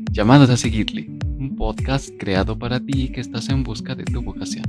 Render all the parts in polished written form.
Llamados a Seguirle, un podcast creado para ti que estás en busca de tu vocación.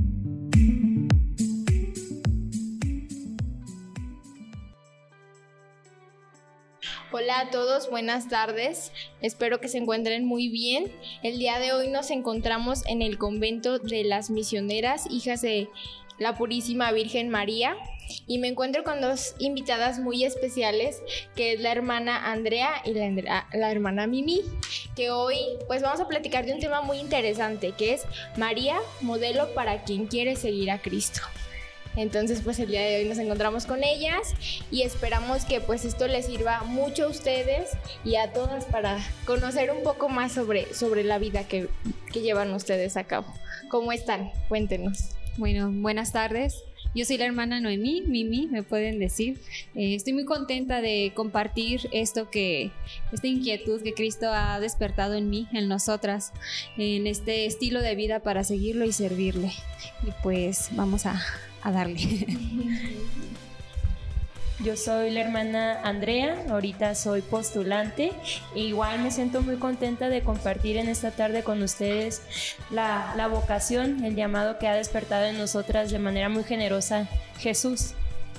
Hola a todos, buenas tardes, espero que se encuentren muy bien. El día de hoy nos encontramos en el convento de las misioneras, hijas de la Purísima Virgen María, y me encuentro con dos invitadas muy especiales, que es la hermana Andrea y la hermana Mimi, que hoy pues vamos a platicar de un tema muy interesante, que es María, modelo para quien quiere seguir a Cristo. Entonces pues el día de hoy nos encontramos con ellas y esperamos que pues esto les sirva mucho a ustedes y a todas para conocer un poco más sobre la vida que llevan ustedes a cabo. ¿Cómo están? Cuéntenos. Bueno, buenas tardes. Yo soy la hermana Noemí, Mimi, me pueden decir. Estoy muy contenta de compartir esta inquietud que Cristo ha despertado en mí, en nosotras, en este estilo de vida para seguirlo y servirle. Y pues vamos a darle. Yo soy la hermana Andrea, ahorita soy postulante. Igual me siento muy contenta de compartir en esta tarde con ustedes la vocación, el llamado que ha despertado en nosotras de manera muy generosa Jesús.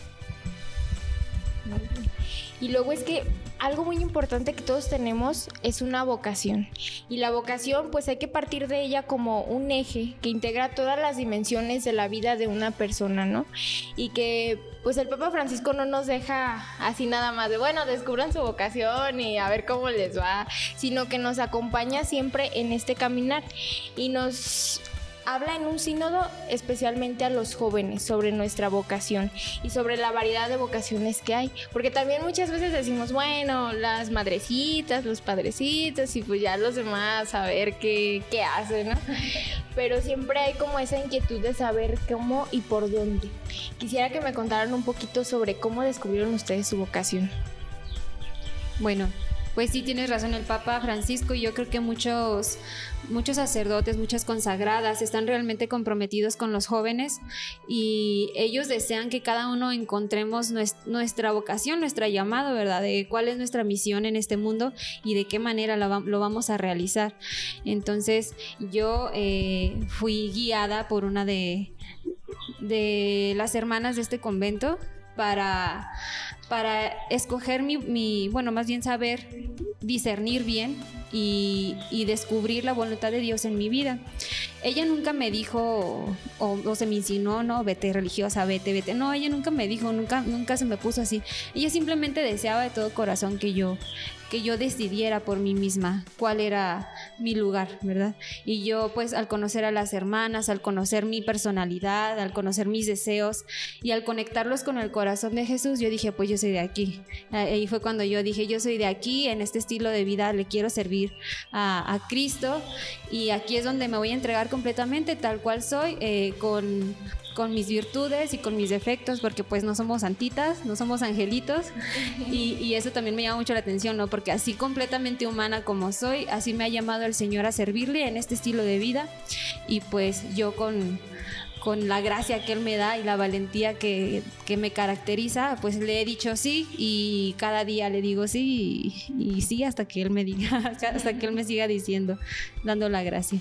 Y luego es que algo muy importante que todos tenemos es una vocación. Y la vocación pues hay que partir de ella como un eje que integra todas las dimensiones de la vida de una persona, ¿no? Y que pues el Papa Francisco no nos deja así nada más de, bueno, descubran su vocación y a ver cómo les va, sino que nos acompaña siempre en este caminar y nos habla en un sínodo especialmente a los jóvenes sobre nuestra vocación y sobre la variedad de vocaciones que hay, porque también muchas veces decimos, bueno, las madrecitas, los padrecitos y pues ya los demás a ver qué hacen, ¿no? Pero siempre hay como esa inquietud de saber cómo y por dónde. Quisiera que me contaran un poquito sobre cómo descubrieron ustedes su vocación. Bueno, pues sí, tienes razón, el Papa Francisco, y yo creo que muchos sacerdotes, muchas consagradas están realmente comprometidos con los jóvenes y ellos desean que cada uno encontremos nuestra vocación, nuestra llamado, ¿verdad? De cuál es nuestra misión en este mundo y de qué manera lo vamos a realizar. Entonces yo fui guiada por una de las hermanas de este convento para escoger más bien saber discernir bien y descubrir la voluntad de Dios en mi vida. Ella nunca me dijo o se me insinuó, no, vete religiosa, vete. No, ella nunca me dijo, nunca se me puso así. Ella simplemente deseaba de todo corazón que yo decidiera por mí misma cuál era mi lugar, ¿verdad? Y yo pues al conocer a las hermanas, al conocer mi personalidad, al conocer mis deseos y al conectarlos con el corazón de Jesús, yo dije, pues yo soy de aquí. Ahí fue cuando yo dije, yo soy de aquí, en este estilo de vida le quiero servir a Cristo y aquí es donde me voy a entregar completamente tal cual soy, con mis virtudes y con mis defectos, porque pues no somos santitas, no somos angelitos y eso también me llama mucho la atención, ¿no? Porque así completamente humana como soy, así me ha llamado el Señor a servirle en este estilo de vida y pues yo con la gracia que Él me da y la valentía que me caracteriza, pues le he dicho sí y cada día le digo sí y sí hasta que Él me diga, hasta que Él me siga diciendo, dando la gracia.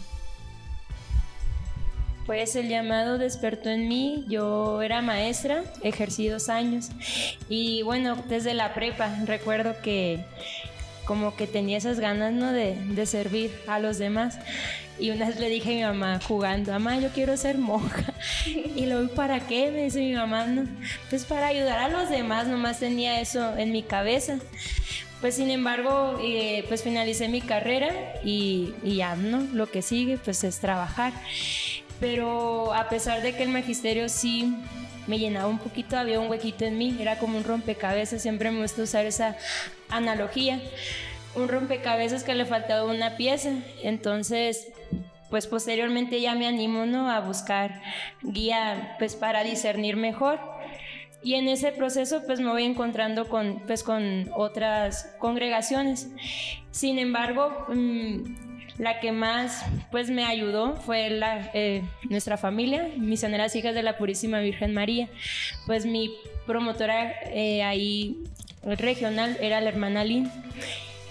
Pues el llamado despertó en mí. Yo era maestra, ejercí 2 años y bueno, desde la prepa recuerdo que como que tenía esas ganas, ¿no? de servir a los demás. Y una vez le dije a mi mamá jugando, mamá, yo quiero ser monja. Y luego, ¿para qué? Me dice mi mamá, no, pues para ayudar a los demás, nomás tenía eso en mi cabeza. Pues sin embargo, pues finalicé mi carrera y ya, ¿no? Lo que sigue pues es trabajar. Pero a pesar de que el magisterio sí me llenaba un poquito, había un huequito en mí, era como un rompecabezas, siempre me gusta usar esa analogía, un rompecabezas que le faltaba una pieza. Entonces pues posteriormente ya me animo, ¿no? A buscar guía pues para discernir mejor. Y en ese proceso pues me voy encontrando con otras congregaciones. Sin embargo, la que más pues me ayudó fue nuestra familia, Misioneras Hijas de la Purísima Virgen María. Pues mi promotora ahí regional era la hermana Lynn.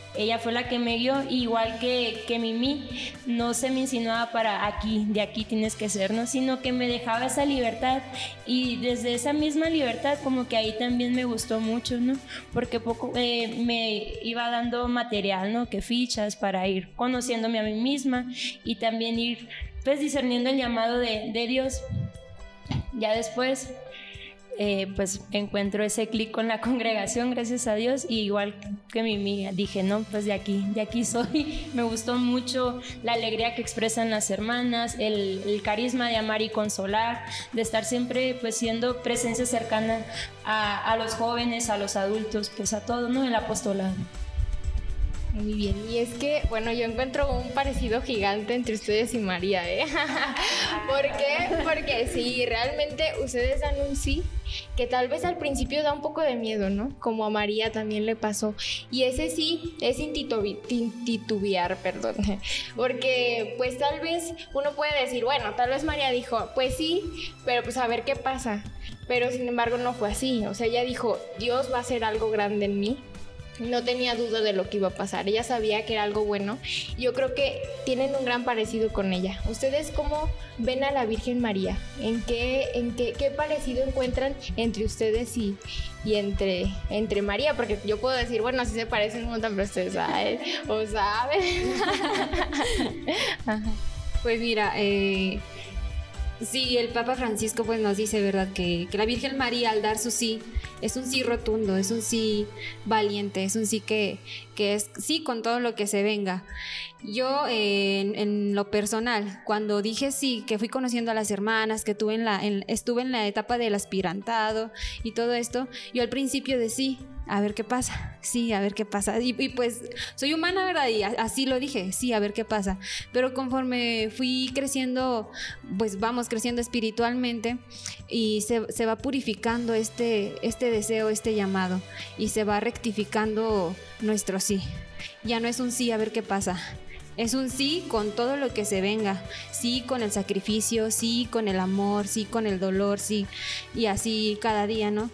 ella fue la que me guió, igual que Mimi, no se me insinuaba para aquí, de aquí tienes que ser, ¿no? Sino que me dejaba esa libertad, y desde esa misma libertad como que ahí también me gustó mucho, ¿no? Porque poco me iba dando material, ¿no? Que fichas para ir conociéndome a mí misma y también ir pues discerniendo el llamado de Dios. Ya después pues encuentro ese clic con la congregación, gracias a Dios, y igual que Mimi dije, no, pues de aquí soy. Me gustó mucho la alegría que expresan las hermanas, el carisma de amar y consolar, de estar siempre pues siendo presencia cercana a los jóvenes, a los adultos, pues a todo, ¿no? El apostolado. Muy bien, y es que, bueno, yo encuentro un parecido gigante entre ustedes y María, ¿eh? ¿Por qué? Porque sí, realmente ustedes dan un sí que tal vez al principio da un poco de miedo, ¿no? Como a María también le pasó. Y ese sí es sin titubear, perdón. Porque pues tal vez uno puede decir, bueno, tal vez María dijo, pues sí, pero pues a ver qué pasa. Pero sin embargo no fue así. O sea, ella dijo, Dios va a hacer algo grande en mí. No tenía duda de lo que iba a pasar. Ella sabía que era algo bueno. Yo creo que tienen un gran parecido con ella. ¿Ustedes cómo ven a la Virgen María? ¿En qué parecido encuentran entre ustedes y entre María? Porque yo puedo decir, bueno, sí se parecen un montón, pero ustedes saben, o saben. Pues mira, sí, el Papa Francisco pues nos dice, ¿verdad? Que la Virgen María al dar su sí, es un sí rotundo, es un sí valiente, es un sí que es sí con todo lo que se venga. Yo en lo personal, cuando dije sí, que fui conociendo a las hermanas, que estuve en la etapa del aspirantado y todo esto, yo al principio de sí, a ver qué pasa, sí, a ver qué pasa, y pues soy humana, ¿verdad? Y así lo dije, sí, a ver qué pasa, pero conforme fui creciendo, pues vamos creciendo espiritualmente y se va purificando este deseo, este llamado, y se va rectificando nuestro sí. Ya no es un sí, a ver qué pasa, es un sí con todo lo que se venga, sí con el sacrificio, sí con el amor, sí con el dolor, sí, y así cada día, ¿no?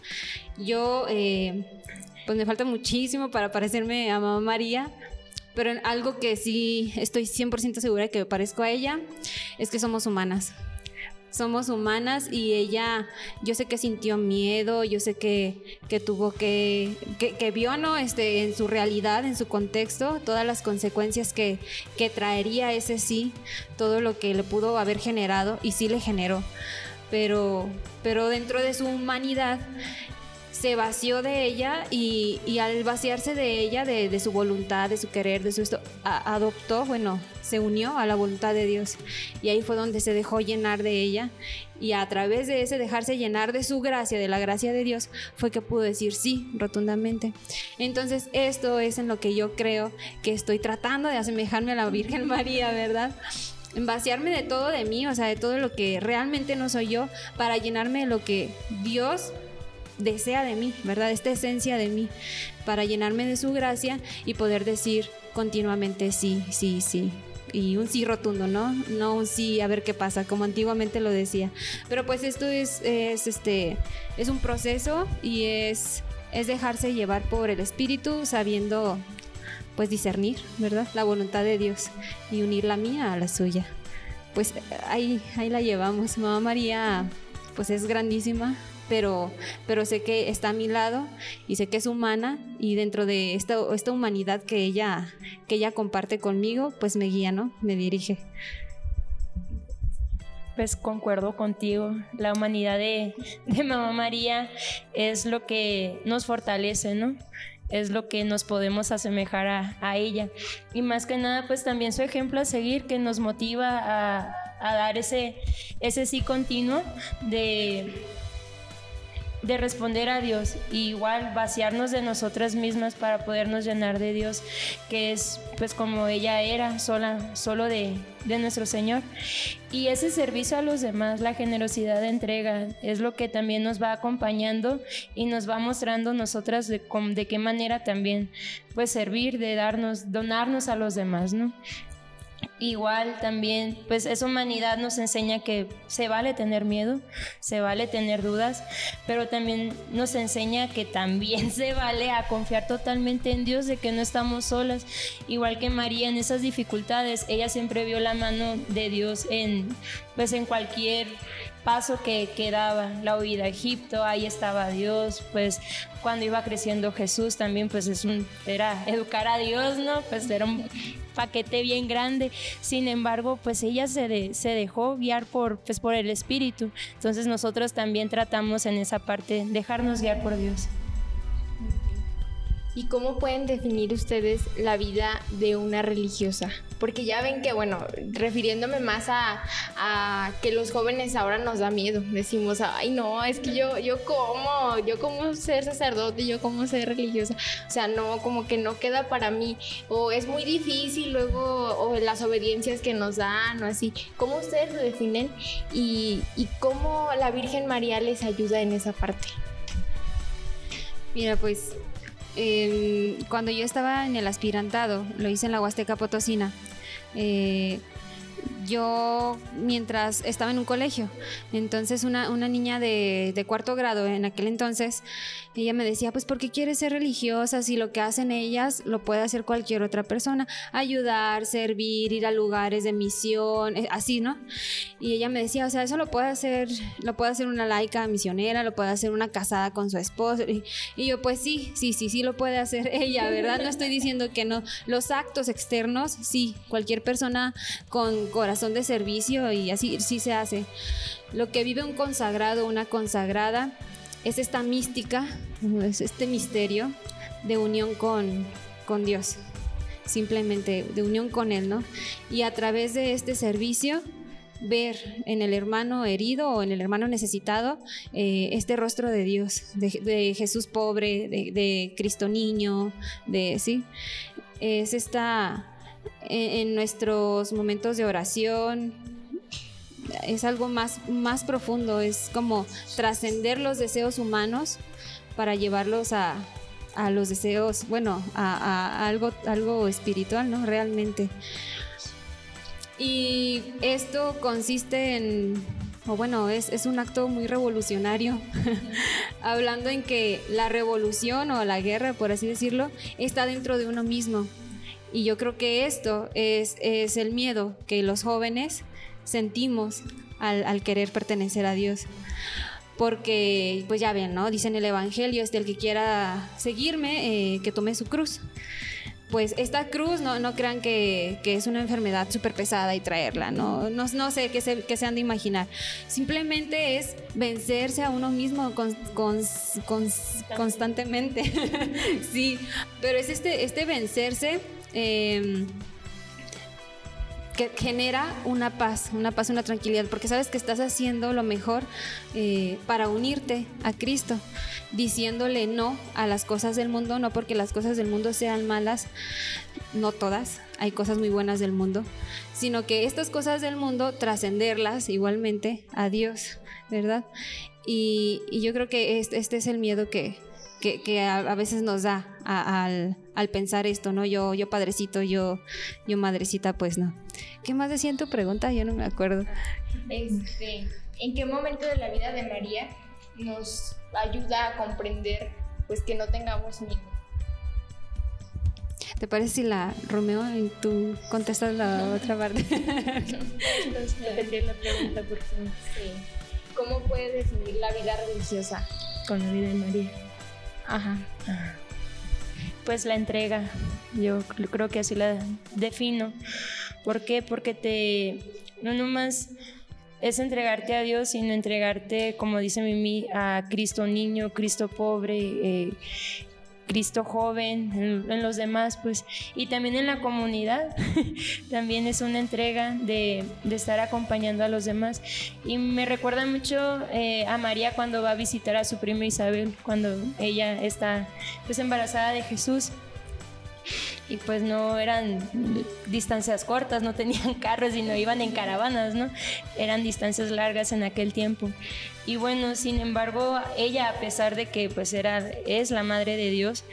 Yo pues me falta muchísimo para parecerme a Mamá María, pero en algo que sí estoy 100% segura de que me parezco a ella es que somos humanas. Somos humanas, y ella, yo sé que sintió miedo, yo sé que tuvo que vio, ¿no? En su realidad, en su contexto, todas las consecuencias que traería ese sí, todo lo que le pudo haber generado, y sí le generó, pero dentro de su humanidad se vació de ella, y al vaciarse de ella, de su voluntad, de su querer, de su esto, adoptó, bueno, se unió a la voluntad de Dios, y ahí fue donde se dejó llenar de ella, y a través de ese dejarse llenar de su gracia, de la gracia de Dios, fue que pudo decir sí rotundamente. Entonces esto es en lo que yo creo que estoy tratando de asemejarme a la Virgen María, ¿verdad? En vaciarme de todo de mí, o sea, de todo lo que realmente no soy yo, para llenarme de lo que Dios desea de mí, ¿verdad? Esta esencia de mí, para llenarme de su gracia y poder decir continuamente sí, sí, sí. Y un sí rotundo, ¿no? No un sí a ver qué pasa, como antiguamente lo decía. Pero pues esto es un proceso, y es dejarse llevar por el Espíritu, sabiendo pues discernir, ¿verdad? La voluntad de Dios, y unir la mía a la suya. Pues ahí la llevamos. Mamá María pues es grandísima, pero sé que está a mi lado, y sé que es humana, y dentro de esta humanidad que ella comparte conmigo, pues me guía, ¿no? Me dirige. Pues concuerdo contigo, la humanidad de Mamá María es lo que nos fortalece, ¿no? Es lo que nos podemos asemejar a ella, y más que nada pues también su ejemplo a seguir, que nos motiva a dar ese sí continuo de responder a Dios, y igual vaciarnos de nosotras mismas para podernos llenar de Dios, que es pues como ella era, solo de nuestro Señor. Y ese servicio a los demás, la generosidad de entrega, es lo que también nos va acompañando y nos va mostrando nosotras de qué manera también pues servir, donarnos a los demás, ¿no? igual también, pues esa humanidad nos enseña que se vale tener miedo, se vale tener dudas, pero también nos enseña que también se vale a confiar totalmente en Dios, de que no estamos solas. Igual que María en esas dificultades, ella siempre vio la mano de Dios en cualquier paso que daba. La huida a Egipto, ahí estaba Dios. Pues cuando iba creciendo Jesús también, pues era educar a Dios, ¿no? Pues era un paquete bien grande. Sin embargo, pues ella se dejó guiar por el Espíritu. Entonces nosotros también tratamos en esa parte dejarnos guiar por Dios. ¿Y cómo pueden definir ustedes la vida de una religiosa? Porque ya ven que, bueno, refiriéndome más a que los jóvenes ahora nos da miedo. Decimos, ay no, es que yo cómo ser sacerdote, yo cómo ser religiosa. O sea, no, como que no queda para mí. O es muy difícil luego, o las obediencias que nos dan, o así. ¿Cómo ustedes lo definen? Y cómo la Virgen María les ayuda en esa parte. Mira, pues cuando yo estaba en el aspirantado, lo hice en la Huasteca Potosina, yo mientras estaba en un colegio, entonces una niña de cuarto grado en aquel entonces, ella me decía, pues ¿por qué quieres ser religiosa si lo que hacen ellas lo puede hacer cualquier otra persona? Ayudar, servir, ir a lugares de misión, así, ¿no? Y ella me decía, o sea, eso lo puede hacer una laica misionera, lo puede hacer una casada con su esposo. Y yo, pues sí lo puede hacer ella, ¿verdad? No estoy diciendo que no. Los actos externos, sí, cualquier persona con corazón de servicio y así sí se hace. Lo que vive un consagrado, una consagrada, es esta mística, es este misterio de unión con Dios, simplemente de unión con Él, ¿no? Y a través de este servicio, ver en el hermano herido o en el hermano necesitado este rostro de Dios, de Jesús pobre, de Cristo niño, ¿sí? Es esta, en nuestros momentos de oración, es algo más profundo, es como trascender los deseos humanos para llevarlos a los deseos, bueno, a algo espiritual, ¿no? Realmente. Y esto consiste en, es un acto muy revolucionario, hablando en que la revolución o la guerra, por así decirlo, está dentro de uno mismo. Y yo creo que esto es el miedo que los jóvenes sentimos al querer pertenecer a Dios. Porque, pues ya ven, ¿no? Dicen el Evangelio, el que quiera seguirme, que tome su cruz. Pues esta cruz, no crean que es una enfermedad súper pesada y traerla, no sé qué se han de imaginar. Simplemente es vencerse a uno mismo constantemente. Sí, pero es este vencerse que genera una paz, una tranquilidad, porque sabes que estás haciendo lo mejor para unirte a Cristo, diciéndole no a las cosas del mundo, no porque las cosas del mundo sean malas, no todas, hay cosas muy buenas del mundo, sino que estas cosas del mundo trascenderlas igualmente a Dios, ¿verdad? Y yo creo que este es el miedo que a veces nos da al pensar esto, ¿no? Yo padrecito, yo madrecita, pues no. ¿Qué más decía en tu pregunta? Yo no me acuerdo. ¿En qué momento de la vida de María nos ayuda a comprender, pues, que no tengamos miedo? ¿Te parece si Romeo y tú contestas la otra parte? Repetir la pregunta, por favor. Sí. ¿Cómo puedes definir la vida religiosa? Con la vida de María. Ajá. Pues la entrega, yo creo que así la defino. ¿Por qué? Porque no nomás es entregarte a Dios, sino entregarte, como dice Mimi, a Cristo niño, Cristo pobre, Cristo joven, en los demás, pues, y también en la comunidad. También es una entrega de estar acompañando a los demás. Y me recuerda mucho a María cuando va a visitar a su prima Isabel, cuando ella está, pues, embarazada de Jesús. Y pues no eran distancias cortas, no tenían carros, sino iban en caravanas, ¿no? Eran distancias largas en aquel tiempo. Y bueno, sin embargo, ella, a pesar de que pues es la madre de Dios,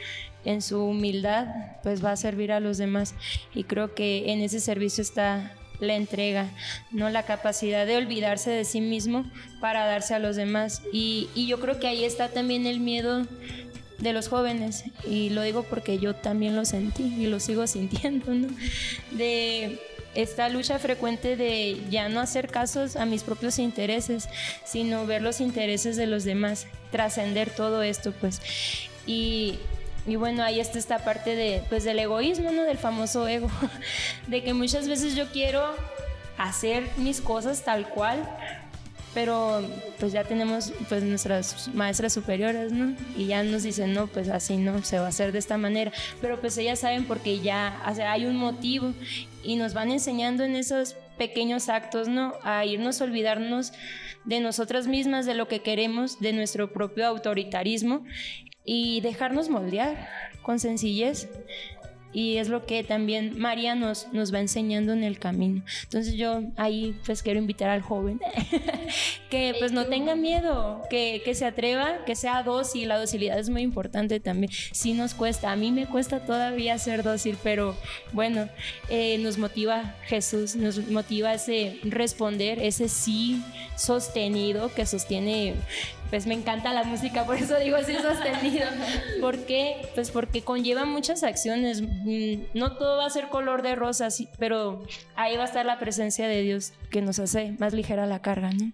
en su humildad, pues va a servir a los demás. Y creo que en ese servicio está la entrega, no la capacidad de olvidarse de sí mismo para darse a los demás. Y yo creo que ahí está también el miedo de los jóvenes, y lo digo porque yo también lo sentí y lo sigo sintiendo, ¿no? De esta lucha frecuente de ya no hacer casos a mis propios intereses, sino ver los intereses de los demás, trascender todo esto, pues. Y bueno, ahí está esta parte de, pues, del egoísmo, ¿no? Del famoso ego, de que muchas veces yo quiero hacer mis cosas tal cual, pero pues ya tenemos pues nuestras maestras superiores, ¿no? Y ya nos dicen, no, pues así no, se va a hacer de esta manera. Pero pues ellas saben porque ya, o sea, hay un motivo, y nos van enseñando en esos pequeños actos, ¿no? A irnos a olvidarnos de nosotras mismas, de lo que queremos, de nuestro propio autoritarismo, y dejarnos moldear con sencillez. Y es lo que también María nos va enseñando en el camino. Entonces yo ahí pues quiero invitar al joven que pues no tenga miedo, que se atreva, que sea dócil. La docilidad es muy importante también. Sí nos cuesta, a mí me cuesta todavía ser dócil, pero bueno, nos motiva Jesús, nos motiva ese responder, ese sí sostenido que sostiene. Pues me encanta la música, por eso digo así sostenido. ¿Por qué? Pues porque conlleva muchas acciones. No todo va a ser color de rosa, sí, pero ahí va a estar la presencia de Dios, que nos hace más ligera la carga, ¿no?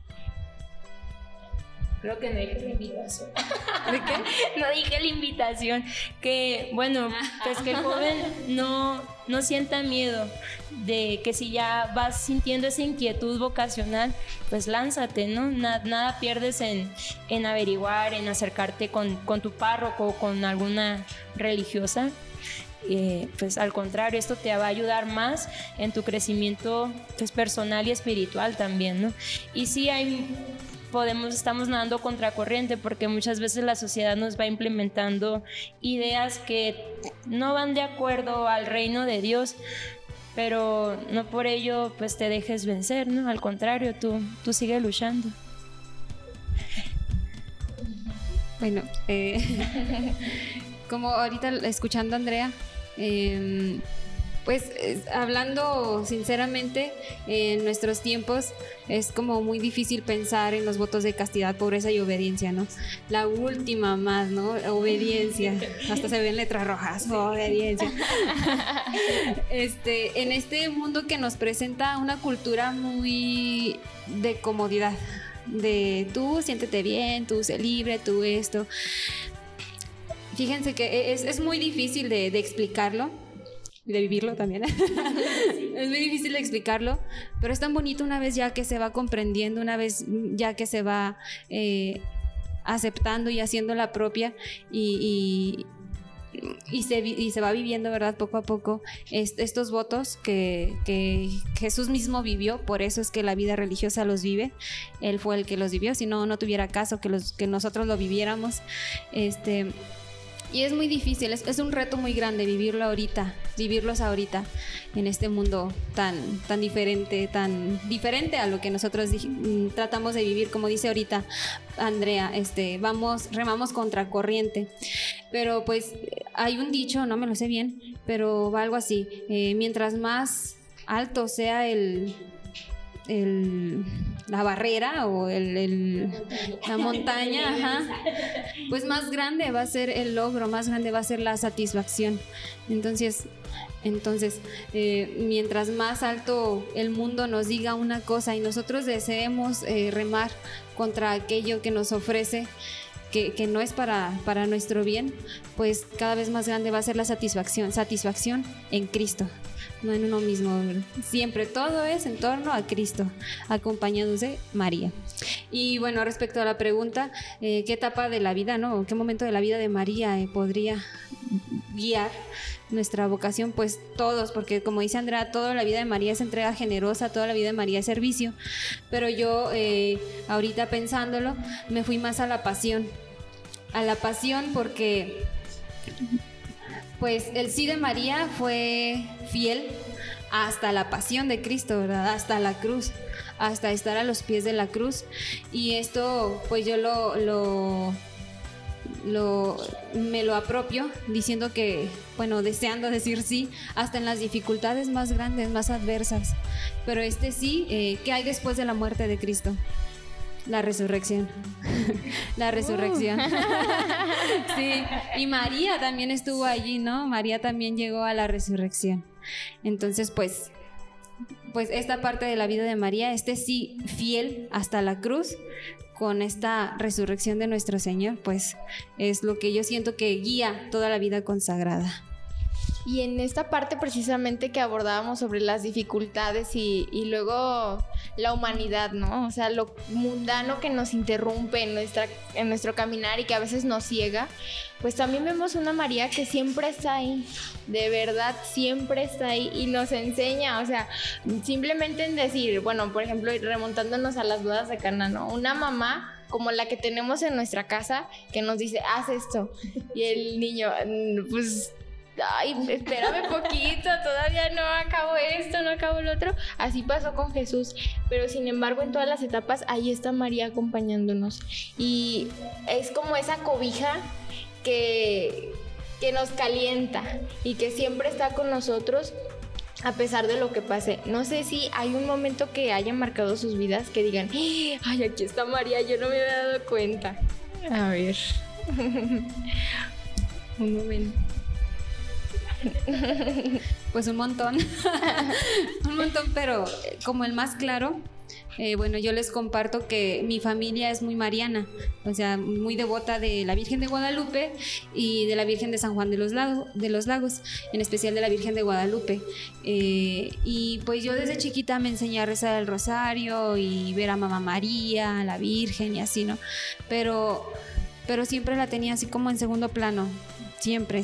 Creo que no dije la invitación. ¿De qué? No dije la invitación. Que, bueno, pues que el joven no sienta miedo, de que si ya vas sintiendo esa inquietud vocacional, pues lánzate, ¿no? Nada pierdes en averiguar, en acercarte con tu párroco o con alguna religiosa. Pues al contrario, esto te va a ayudar más en tu crecimiento, pues, personal y espiritual también, ¿no? Y sí estamos nadando contracorriente, porque muchas veces la sociedad nos va implementando ideas que no van de acuerdo al reino de Dios, pero no por ello pues te dejes vencer, ¿no? Al contrario, tú sigue luchando. Bueno, como ahorita escuchando a Andrea, pues hablando sinceramente, en nuestros tiempos es como muy difícil pensar en los votos de castidad, pobreza y obediencia, ¿no? La última más, ¿no? Obediencia. Hasta se ven letras rojas. Obediencia. En este mundo que nos presenta una cultura muy de comodidad, de tú siéntete bien, tú sé libre, tú esto. Fíjense que es muy difícil de explicarlo. Y de vivirlo también. Es muy difícil de explicarlo, pero es tan bonito una vez ya que se va comprendiendo, una vez ya que se va aceptando y haciendo la propia, y se va viviendo, ¿verdad? Poco a poco estos votos que Jesús mismo vivió. Por eso es que la vida religiosa los vive. Él fue el que los vivió, si no tuviera caso que nosotros lo viviéramos. Y es muy difícil, es un reto muy grande vivirlos ahorita en este mundo tan diferente a lo que nosotros tratamos de vivir. Como dice ahorita Andrea, remamos contracorriente, pero pues hay un dicho, no me lo sé bien, pero va algo así: mientras más alto sea la barrera o la montaña, ajá, pues más grande va a ser el logro, más grande va a ser la satisfacción. Entonces mientras más alto el mundo nos diga una cosa y nosotros deseemos remar contra aquello que nos ofrece, que no es para nuestro bien, pues cada vez más grande va a ser la satisfacción en Cristo, no en uno mismo. Siempre todo es en torno a Cristo, acompañados de María. Y bueno, respecto a la pregunta, ¿qué etapa de la vida, no? ¿Qué momento de la vida de María podría guiar nuestra vocación? Pues todos, porque como dice Andrea, toda la vida de María es entrega generosa, toda la vida de María es servicio. Pero yo ahorita pensándolo, me fui más a la pasión porque pues el sí de María fue fiel hasta la pasión de Cristo, ¿verdad? Hasta la cruz, hasta estar a los pies de la cruz. Y esto pues yo lo me lo apropio diciendo que, bueno, deseando decir sí, hasta en las dificultades más grandes, más adversas. Pero sí, ¿qué hay después de la muerte de Cristo? La resurrección. La resurrección. Sí, y María también estuvo allí, ¿no? María también llegó a la resurrección. Entonces, pues esta parte de la vida de María, sí, fiel hasta la cruz, con esta resurrección de nuestro Señor, pues es lo que yo siento que guía toda la vida consagrada. Y en esta parte precisamente que abordábamos sobre las dificultades y luego la humanidad, ¿no? O sea, lo mundano que nos interrumpe en nuestro caminar y que a veces nos ciega, pues también vemos una María que siempre está ahí, de verdad siempre está ahí y nos enseña, o sea, simplemente en decir, bueno, por ejemplo, remontándonos a las bodas de Caná, ¿no? Una mamá como la que tenemos en nuestra casa que nos dice, haz esto, y el niño, pues... ay, espérame poquito, todavía no acabo esto, no acabo lo otro. Así pasó con Jesús, pero sin embargo en todas las etapas ahí está María acompañándonos y es como esa cobija que nos calienta y que siempre está con nosotros a pesar de lo que pase. No sé si hay un momento que haya marcado sus vidas que digan, ay, aquí está María, yo no me había dado cuenta. A ver. Un momento. Pues un montón. Un montón, pero como el más claro, bueno, yo les comparto que mi familia es muy mariana, o sea, muy devota de la Virgen de Guadalupe y de la Virgen de San Juan de los Lagos, en especial de la Virgen de Guadalupe. Y pues yo desde chiquita me enseñé a rezar el rosario y ver a Mamá María, a la Virgen y así, ¿no? Pero siempre la tenía así como en segundo plano, siempre.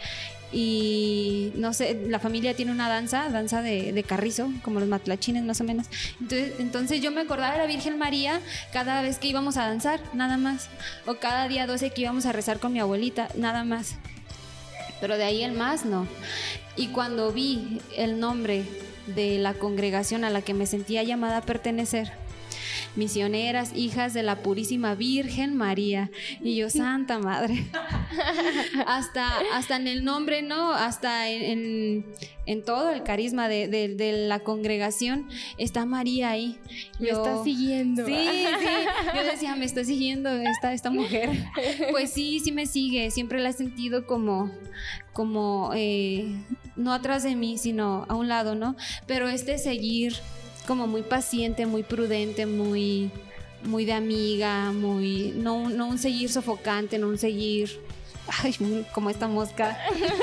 Y no sé, la familia tiene una danza de carrizo, como los matlachines más o menos. Entonces yo me acordaba de la Virgen María cada vez que íbamos a danzar, nada más. O cada día 12 que íbamos a rezar con mi abuelita, nada más. Pero de ahí el más no. Y cuando vi el nombre de la congregación a la que me sentía llamada a pertenecer, Misioneras, hijas de la Purísima Virgen María. Y yo, Santa Madre. hasta en el nombre, ¿no? Hasta en todo el carisma de la congregación está María ahí. Me está siguiendo. Sí. Yo decía, me está siguiendo esta mujer. Pues sí me sigue. Siempre la he sentido como no atrás de mí, sino a un lado, ¿no? Pero seguir como muy paciente, muy prudente, muy de amiga, no un seguir sofocante, no un seguir como esta mosca,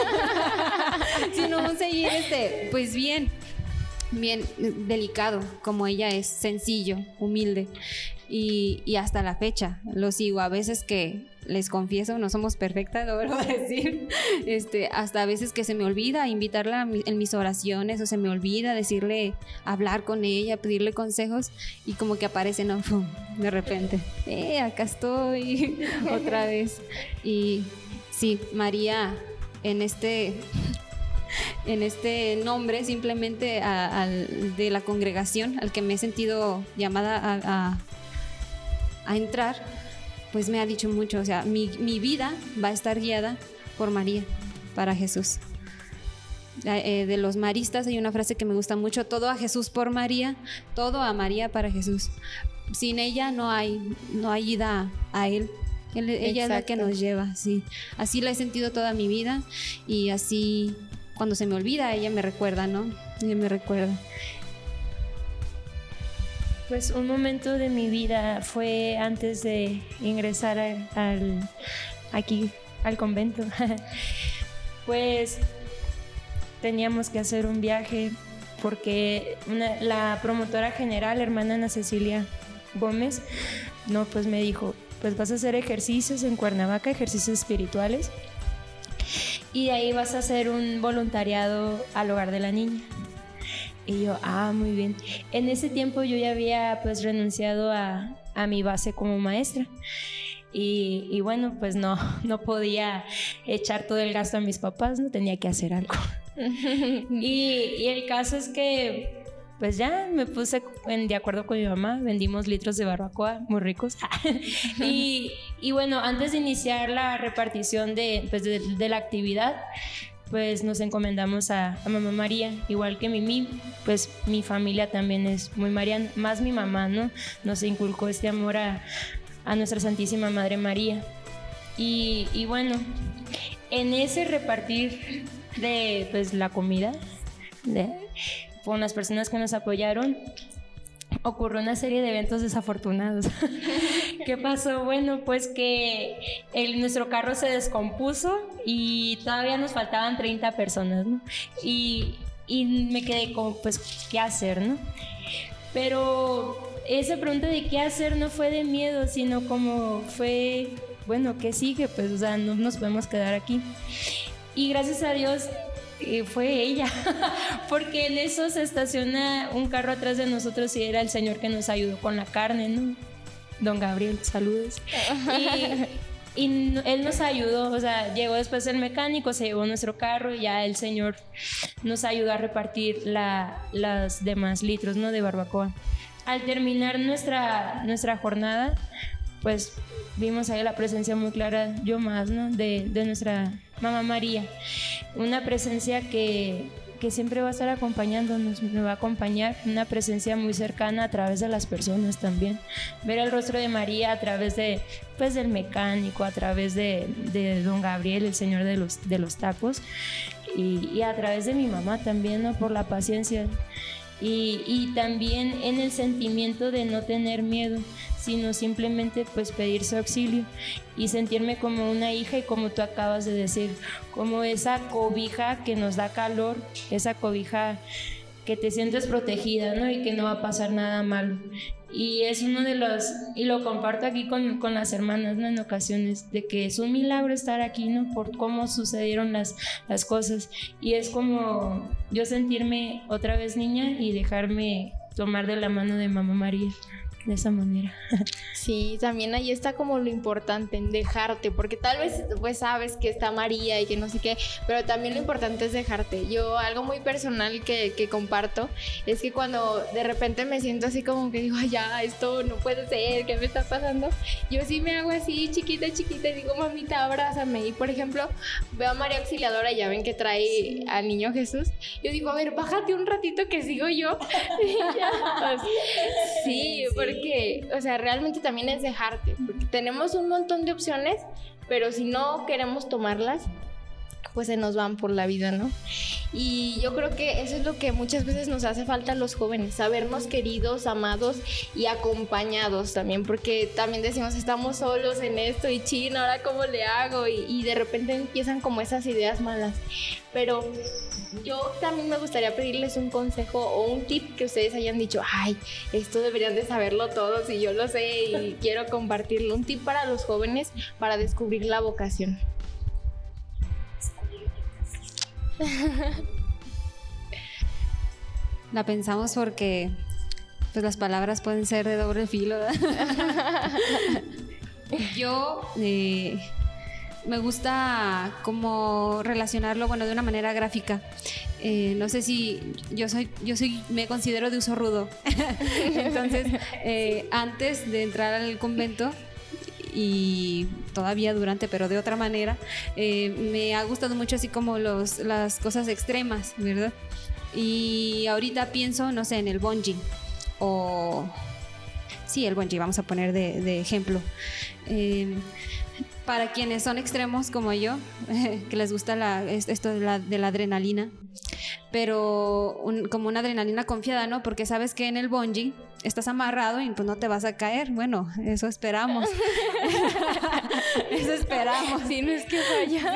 sino un seguir pues bien delicado, como ella es, sencillo, humilde, y hasta la fecha lo sigo. A veces que les confieso, no somos perfectas, lo vuelvo a decir, hasta a veces que se me olvida invitarla en mis oraciones, o se me olvida decirle, hablar con ella, pedirle consejos, y como que aparece, ¿no? De repente, acá estoy otra vez. Y sí, María, en este nombre simplemente de la congregación al que me he sentido llamada a entrar, pues me ha dicho mucho. O sea, mi vida va a estar guiada por María, para Jesús. De los maristas hay una frase que me gusta mucho: todo a Jesús por María, todo a María para Jesús. Sin ella no hay ida a Él. Ella es la que nos lleva, sí. Así la he sentido toda mi vida, y así cuando se me olvida, ella me recuerda, ¿no? Ella me recuerda. Pues un momento de mi vida fue antes de ingresar aquí al convento. Pues teníamos que hacer un viaje porque la promotora general, hermana Ana Cecilia Gómez, pues me dijo, pues vas a hacer ejercicios en Cuernavaca, ejercicios espirituales, y de ahí vas a hacer un voluntariado al hogar de la niña. Y yo, muy bien. En ese tiempo yo ya había pues renunciado a mi base como maestra. Y bueno, pues no podía echar todo el gasto a mis papás, no tenía que hacer algo. Y el caso es que pues ya me puse de acuerdo con mi mamá, vendimos litros de barbacoa muy ricos. y bueno, antes de iniciar la repartición de la actividad, pues nos encomendamos a Mamá María, igual que Mimi, pues mi familia también es muy mariana, más mi mamá, ¿no? Nos inculcó este amor a nuestra Santísima Madre María. Y bueno, en ese repartir de pues la comida con las personas que nos apoyaron, ocurrió una serie de eventos desafortunados. ¿Qué pasó? Bueno, pues que nuestro carro se descompuso y todavía nos faltaban 30 personas, ¿no? Y me quedé como, pues, ¿qué hacer, no? Pero esa pregunta de qué hacer no fue de miedo, sino como fue, bueno, ¿qué sigue? Pues, o sea, no nos podemos quedar aquí. Y gracias a Dios fue ella, porque en eso se estaciona un carro atrás de nosotros y era el señor que nos ayudó con la carne, ¿no? Don Gabriel, saludos. Y él nos ayudó, o sea, llegó después el mecánico, se llevó nuestro carro y ya el señor nos ayudó a repartir las demás litros, ¿no? De barbacoa. Al terminar nuestra jornada, pues vimos ahí la presencia muy clara, yo más, ¿no? De nuestra Mamá María. Una presencia que siempre va a estar acompañándonos, me va a acompañar, una presencia muy cercana a través de las personas también. Ver el rostro de María a través pues, del mecánico, a través de Don Gabriel, el señor de los tacos, y a través de mi mamá también, ¿no? Por la paciencia. Y también en el sentimiento de no tener miedo, sino simplemente pues pedir su auxilio y sentirme como una hija y como tú acabas de decir, como esa cobija que nos da calor, esa cobija que te sientes protegida, ¿no? Y que no va a pasar nada malo. Y es uno de los, y lo comparto aquí con las hermanas, ¿no? En ocasiones, de que es un milagro estar aquí, ¿no? Por cómo sucedieron las cosas. Y es como yo sentirme otra vez niña y dejarme tomar de la mano de Mamá María. De esa manera. Sí, también ahí está como lo importante en dejarte, porque tal vez pues sabes que está María y que no sé qué, pero también lo importante es dejarte. Yo algo muy personal que comparto es que cuando de repente me siento así como que digo, ya, esto no puede ser, ¿qué me está pasando? Yo sí me hago así chiquita y digo, mamita, abrázame. Y por ejemplo, veo a María Auxiliadora, ya ven que trae al niño Jesús. Yo digo, a ver, bájate un ratito que sigo yo. Sí, porque, o sea, realmente también es dejarte, porque tenemos un montón de opciones, pero si no queremos tomarlas, pues se nos van por la vida, ¿no? Y yo creo que eso es lo que muchas veces nos hace falta a los jóvenes, sabernos queridos, amados y acompañados también, porque también decimos, estamos solos en esto y chino, ¿ahora cómo le hago? Y de repente empiezan como esas ideas malas. Pero yo también me gustaría pedirles un consejo o un tip que ustedes hayan dicho, ay, esto deberían de saberlo todos y yo lo sé y quiero compartirlo. Un tip para los jóvenes para descubrir la vocación. La pensamos porque pues las palabras pueden ser de doble filo, ¿verdad? Yo me gusta como relacionarlo, bueno, de una manera gráfica. No sé si me considero de uso rudo. Entonces, antes de entrar al convento y todavía durante, pero de otra manera, me ha gustado mucho así como las cosas extremas, ¿verdad? Y ahorita pienso, no sé, en el bungee o... Sí, el bungee, vamos a poner de ejemplo. Para quienes son extremos como yo, que les gusta esto de la adrenalina, pero como una adrenalina confiada, ¿no? Porque sabes que en el bungee estás amarrado y pues no te vas a caer. Bueno, eso esperamos. Eso esperamos. Si no es que falla.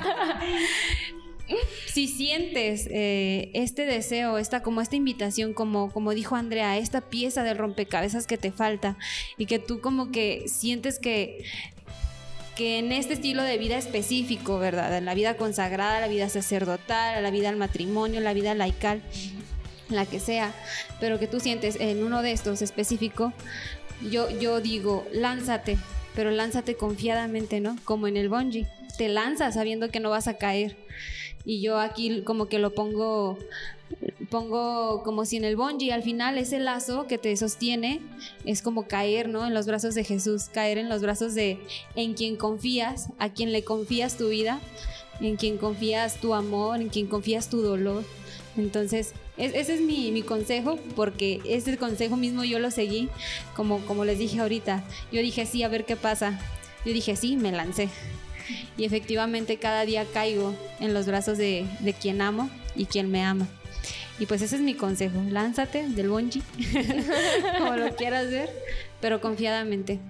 Si sientes este deseo, esta invitación, como dijo Andrea, esta pieza del rompecabezas que te falta y que tú como que sientes que en este estilo de vida específico, ¿verdad? En la vida consagrada, la vida sacerdotal, la vida al matrimonio, la vida laical, la que sea, pero que tú sientes en uno de estos específico, yo digo, lánzate, pero lánzate confiadamente, ¿no? Como en el bungee, te lanzas sabiendo que no vas a caer. Y yo aquí como que lo pongo pongo como si en el bungee, al final ese lazo que te sostiene es como caer, ¿no? En los brazos de Jesús, caer en los brazos de en quien confías, a quien le confías tu vida, en quien confías tu amor, en quien confías tu dolor. Entonces, ese es mi consejo, porque ese consejo mismo yo lo seguí, como les dije ahorita. Yo dije sí, a ver qué pasa. Yo dije sí, me lancé. Y efectivamente cada día caigo en los brazos de quien amo y quien me ama. Y pues ese es mi consejo, lánzate del bungee, como lo quieras ver, pero confiadamente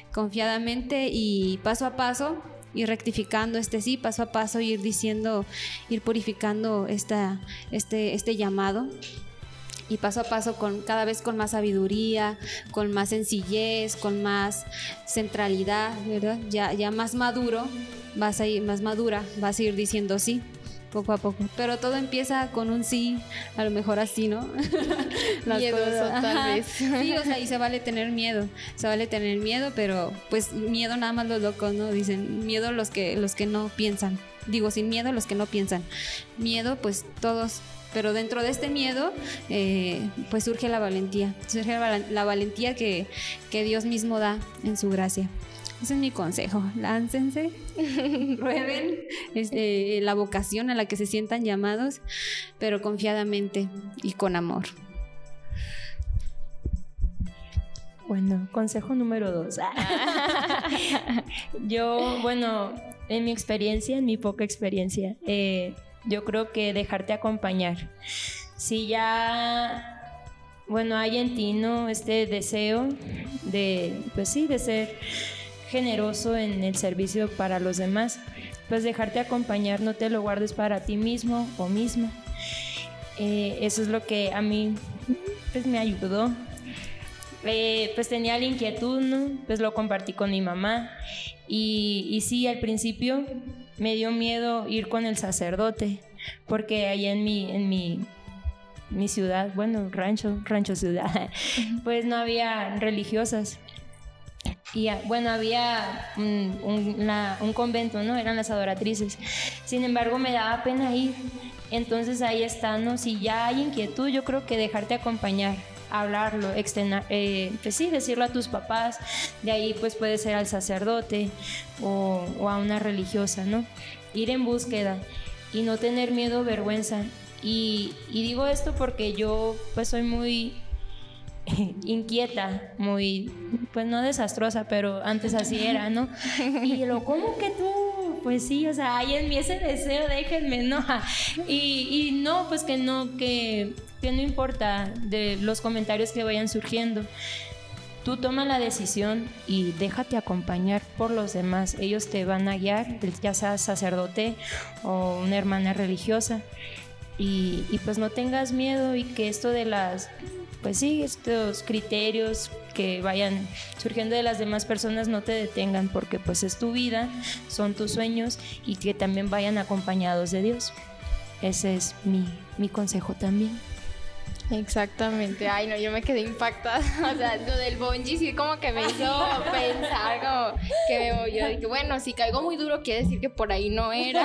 y paso a paso, ir rectificando sí, paso a paso, ir diciendo, ir purificando este llamado. Y paso a paso, cada vez con más sabiduría, con más sencillez, con más centralidad, ¿verdad? Ya más maduro, más madura, vas a ir diciendo sí, poco a poco. Pero todo empieza con un sí, a lo mejor así, ¿no? Miedoso tal vez. Sí, o sea, y se vale tener miedo, pero pues miedo nada más los locos, ¿no? Dicen, miedo los que no piensan. Digo, sin miedo los que no piensan. Miedo, pues todos. Pero dentro de este miedo, pues surge la valentía. Surge la valentía que Dios mismo da en su gracia. Ese es mi consejo. Láncense, prueben la vocación a la que se sientan llamados, pero confiadamente y con amor. Bueno, consejo número 2. Yo, en mi poca experiencia, yo creo que dejarte acompañar. Si ya, hay en ti, ¿no?, este deseo de ser generoso en el servicio para los demás, pues dejarte acompañar, no te lo guardes para ti mismo o misma. Eso es lo que a mí, pues, me ayudó. Pues tenía la inquietud, ¿no? Pues lo compartí con mi mamá y sí, al principio me dio miedo ir con el sacerdote, porque allá en mi ciudad, rancho ciudad, pues no había religiosas. Y había un convento, ¿no? Eran las adoratrices. Sin embargo, me daba pena ir. Entonces ahí está, ¿no? Si ya hay inquietud, yo creo que dejarte acompañar, hablarlo, pues sí, decirlo a tus papás. De ahí pues puede ser al sacerdote o a una religiosa, ¿no? Ir en búsqueda y no tener miedo o vergüenza. Y digo esto porque yo pues soy muy inquieta, muy, pues no desastrosa, pero antes así era, ¿no? Y ¿cómo que tú? Pues sí, o sea, hay en mí ese deseo, déjenme, ¿no? Y no, pues que no importa de los comentarios que vayan surgiendo. Tú toma la decisión y déjate acompañar por los demás. Ellos te van a guiar, ya sea sacerdote o una hermana religiosa. Y pues no tengas miedo, y que esto de estos criterios que vayan surgiendo de las demás personas no te detengan, porque pues es tu vida, son tus sueños, y que también vayan acompañados de Dios. Ese es mi consejo también. Exactamente. Ay, no, yo me quedé impactada. O sea, lo del bungee sí como que me hizo pensar como que yo dije, bueno, si caigo muy duro quiere decir que por ahí no era.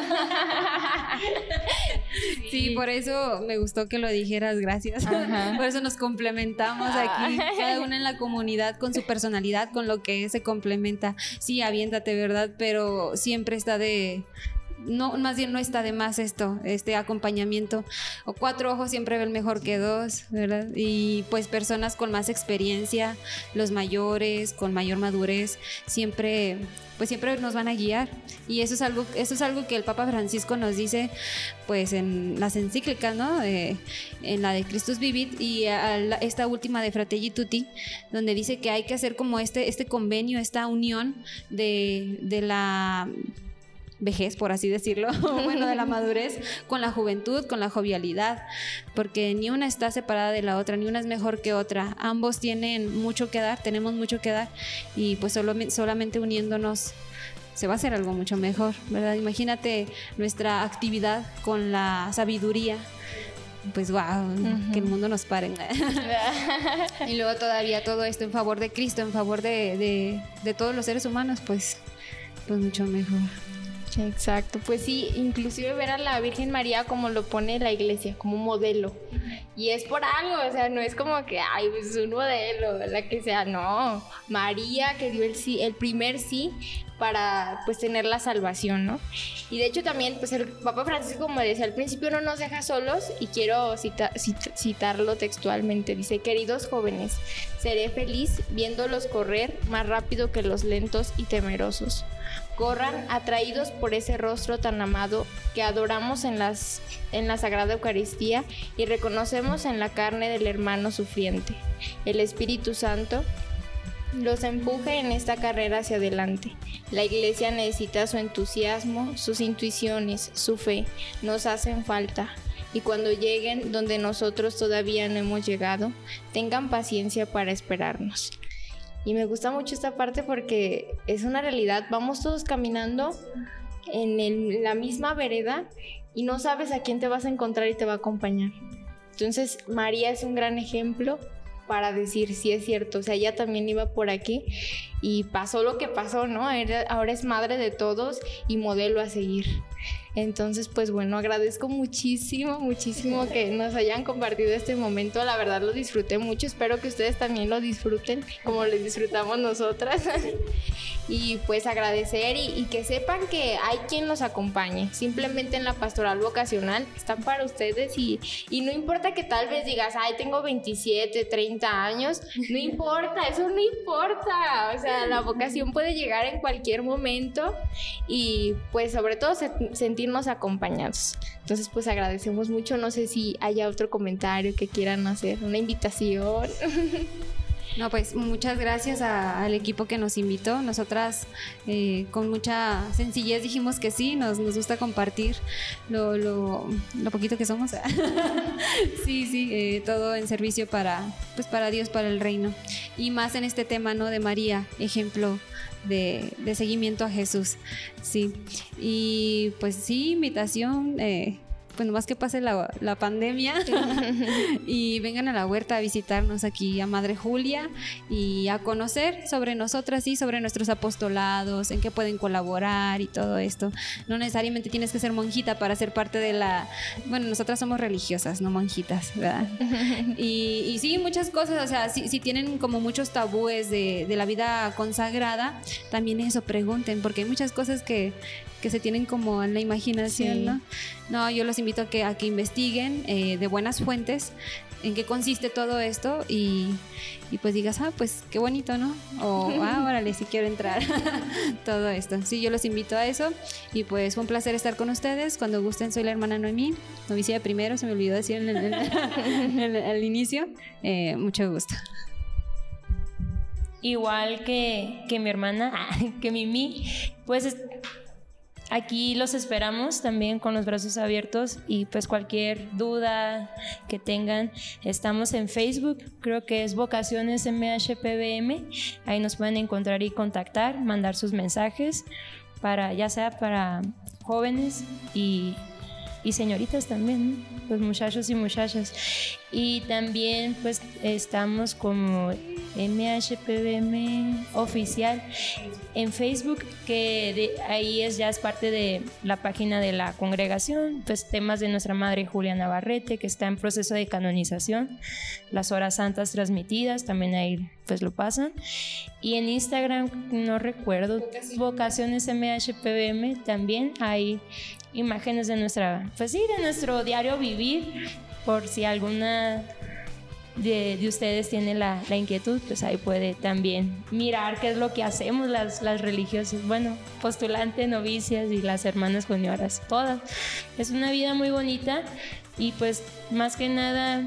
Sí, por eso me gustó que lo dijeras, gracias. Ajá. Por eso nos complementamos aquí, cada una en la comunidad con su personalidad, con lo que se complementa. Sí, aviéntate, ¿verdad? Pero siempre está más bien no está de más este acompañamiento. O 4 ojos siempre ven mejor que 2, ¿verdad? Y pues personas con más experiencia, los mayores, con mayor madurez, siempre nos van a guiar. Y eso es algo que el Papa Francisco nos dice pues en las encíclicas, ¿no? En la de Christus Vivit y esta última de Fratelli Tutti, donde dice que hay que hacer como este convenio, esta unión de la vejez, por así decirlo, de la madurez con la juventud, con la jovialidad, porque ni una está separada de la otra, ni una es mejor que otra. Ambos tienen mucho que dar, tenemos mucho que dar, y pues solamente uniéndonos se va a hacer algo mucho mejor, ¿verdad? Imagínate nuestra actividad con la sabiduría. Pues wow, que el mundo nos pare. Y luego todavía todo esto en favor de Cristo, en favor de todos los seres humanos, pues mucho mejor. Exacto, pues sí, inclusive ver a la Virgen María como lo pone la iglesia, como modelo. Y es por algo, o sea, no es como que, ay, pues un modelo, la que sea, no. María que dio el primer sí para pues tener la salvación, ¿no? Y de hecho también, pues el Papa Francisco, como decía al principio, no nos deja solos, y quiero citarlo textualmente. Dice: queridos jóvenes, seré feliz viéndolos correr más rápido que los lentos y temerosos. Corran atraídos por ese rostro tan amado que adoramos en la Sagrada Eucaristía y reconocemos en la carne del hermano sufriente. El Espíritu Santo los empuje en esta carrera hacia adelante. La Iglesia necesita su entusiasmo, sus intuiciones, su fe. Nos hacen falta. Y cuando lleguen donde nosotros todavía no hemos llegado, tengan paciencia para esperarnos. Y me gusta mucho esta parte porque es una realidad. Vamos todos caminando en la misma vereda y no sabes a quién te vas a encontrar y te va a acompañar. Entonces María es un gran ejemplo para decir sí es cierto, o sea, ella también iba por aquí y pasó lo que pasó, ¿no? Ahora es madre de todos y modelo a seguir. Entonces, pues bueno, agradezco muchísimo que nos hayan compartido este momento. La verdad lo disfruté mucho, espero que ustedes también lo disfruten como lo disfrutamos nosotras. Y pues agradecer y que sepan que hay quien los acompañe. Simplemente en la pastoral vocacional están para ustedes y no importa que tal vez digas, ay, tengo 27, 30 años, no importa, eso no importa. O sea, la vocación puede llegar en cualquier momento y pues sobre todo sentirnos acompañados. Entonces pues agradecemos mucho. No sé si haya otro comentario que quieran hacer, una invitación. No, pues muchas gracias al equipo que nos invitó. Nosotras con mucha sencillez dijimos que sí, nos gusta compartir lo poquito que somos. Sí, todo en servicio para Dios, para el reino. Y más en este tema, ¿no? De María, ejemplo de seguimiento a Jesús. Sí, y pues sí, invitación. Pues nomás que pase la pandemia y vengan a la huerta a visitarnos aquí a Madre Julia y a conocer sobre nosotras y sobre nuestros apostolados, en qué pueden colaborar y todo esto. No necesariamente tienes que ser monjita para ser parte de bueno, nosotras somos religiosas, no monjitas, ¿verdad? Y sí, muchas cosas, o sea, si tienen como muchos tabúes de la vida consagrada, también eso, pregunten, porque hay muchas cosas que se tienen como en la imaginación, sí. No, yo los invito a que investiguen de buenas fuentes en qué consiste todo esto y pues digas, pues qué bonito, ¿no? O, órale, sí quiero entrar. Todo esto. Sí, yo los invito a eso y pues fue un placer estar con ustedes. Cuando gusten, soy la hermana Noemí, novicia de primero, se me olvidó decir al inicio. Mucho gusto. Igual que mi hermana, que Mimi, pues aquí los esperamos también con los brazos abiertos y pues cualquier duda que tengan, estamos en Facebook, creo que es Vocaciones MHPBM, ahí nos pueden encontrar y contactar, mandar sus mensajes, ya sea para jóvenes y señoritas también, ¿no? Los muchachos y muchachas. Y también pues estamos como MHPBM oficial en Facebook, que ahí ya es parte de la página de la congregación, pues temas de nuestra Madre Julia Navarrete, que está en proceso de canonización, las horas santas transmitidas, también ahí pues lo pasan. Y en Instagram, no recuerdo, Vocaciones MHPBM, también hay imágenes de nuestro diario vivir, por si alguna de ustedes tiene la inquietud, pues ahí puede también mirar qué es lo que hacemos las religiosas, bueno, postulantes, novicias y las hermanas junioras, todas. Es una vida muy bonita y pues más que nada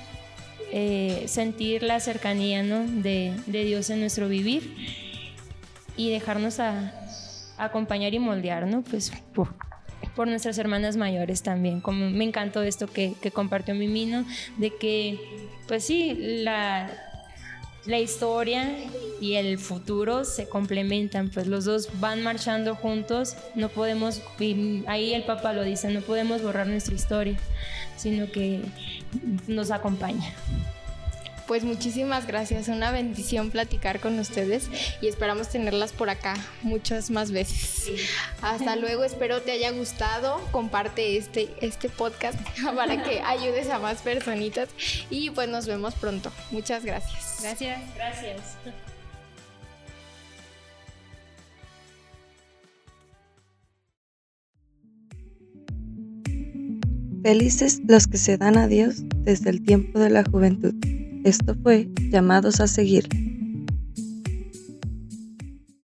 sentir la cercanía, ¿no? de Dios en nuestro vivir y dejarnos acompañar y moldear, ¿no? Pues por nuestras hermanas mayores también. Como me encantó esto que compartió Mimino, de que pues sí, la historia y el futuro se complementan, pues los dos van marchando juntos, no podemos, y ahí el Papa lo dice, no podemos borrar nuestra historia, sino que nos acompaña. Pues muchísimas gracias, una bendición platicar con ustedes y esperamos tenerlas por acá muchas más veces. Hasta luego, espero te haya gustado, comparte este podcast para que ayudes a más personitas y pues nos vemos pronto. Muchas gracias. Gracias. Gracias. Felices los que se dan a Dios desde el tiempo de la juventud. Esto fue Llamados a Seguirle.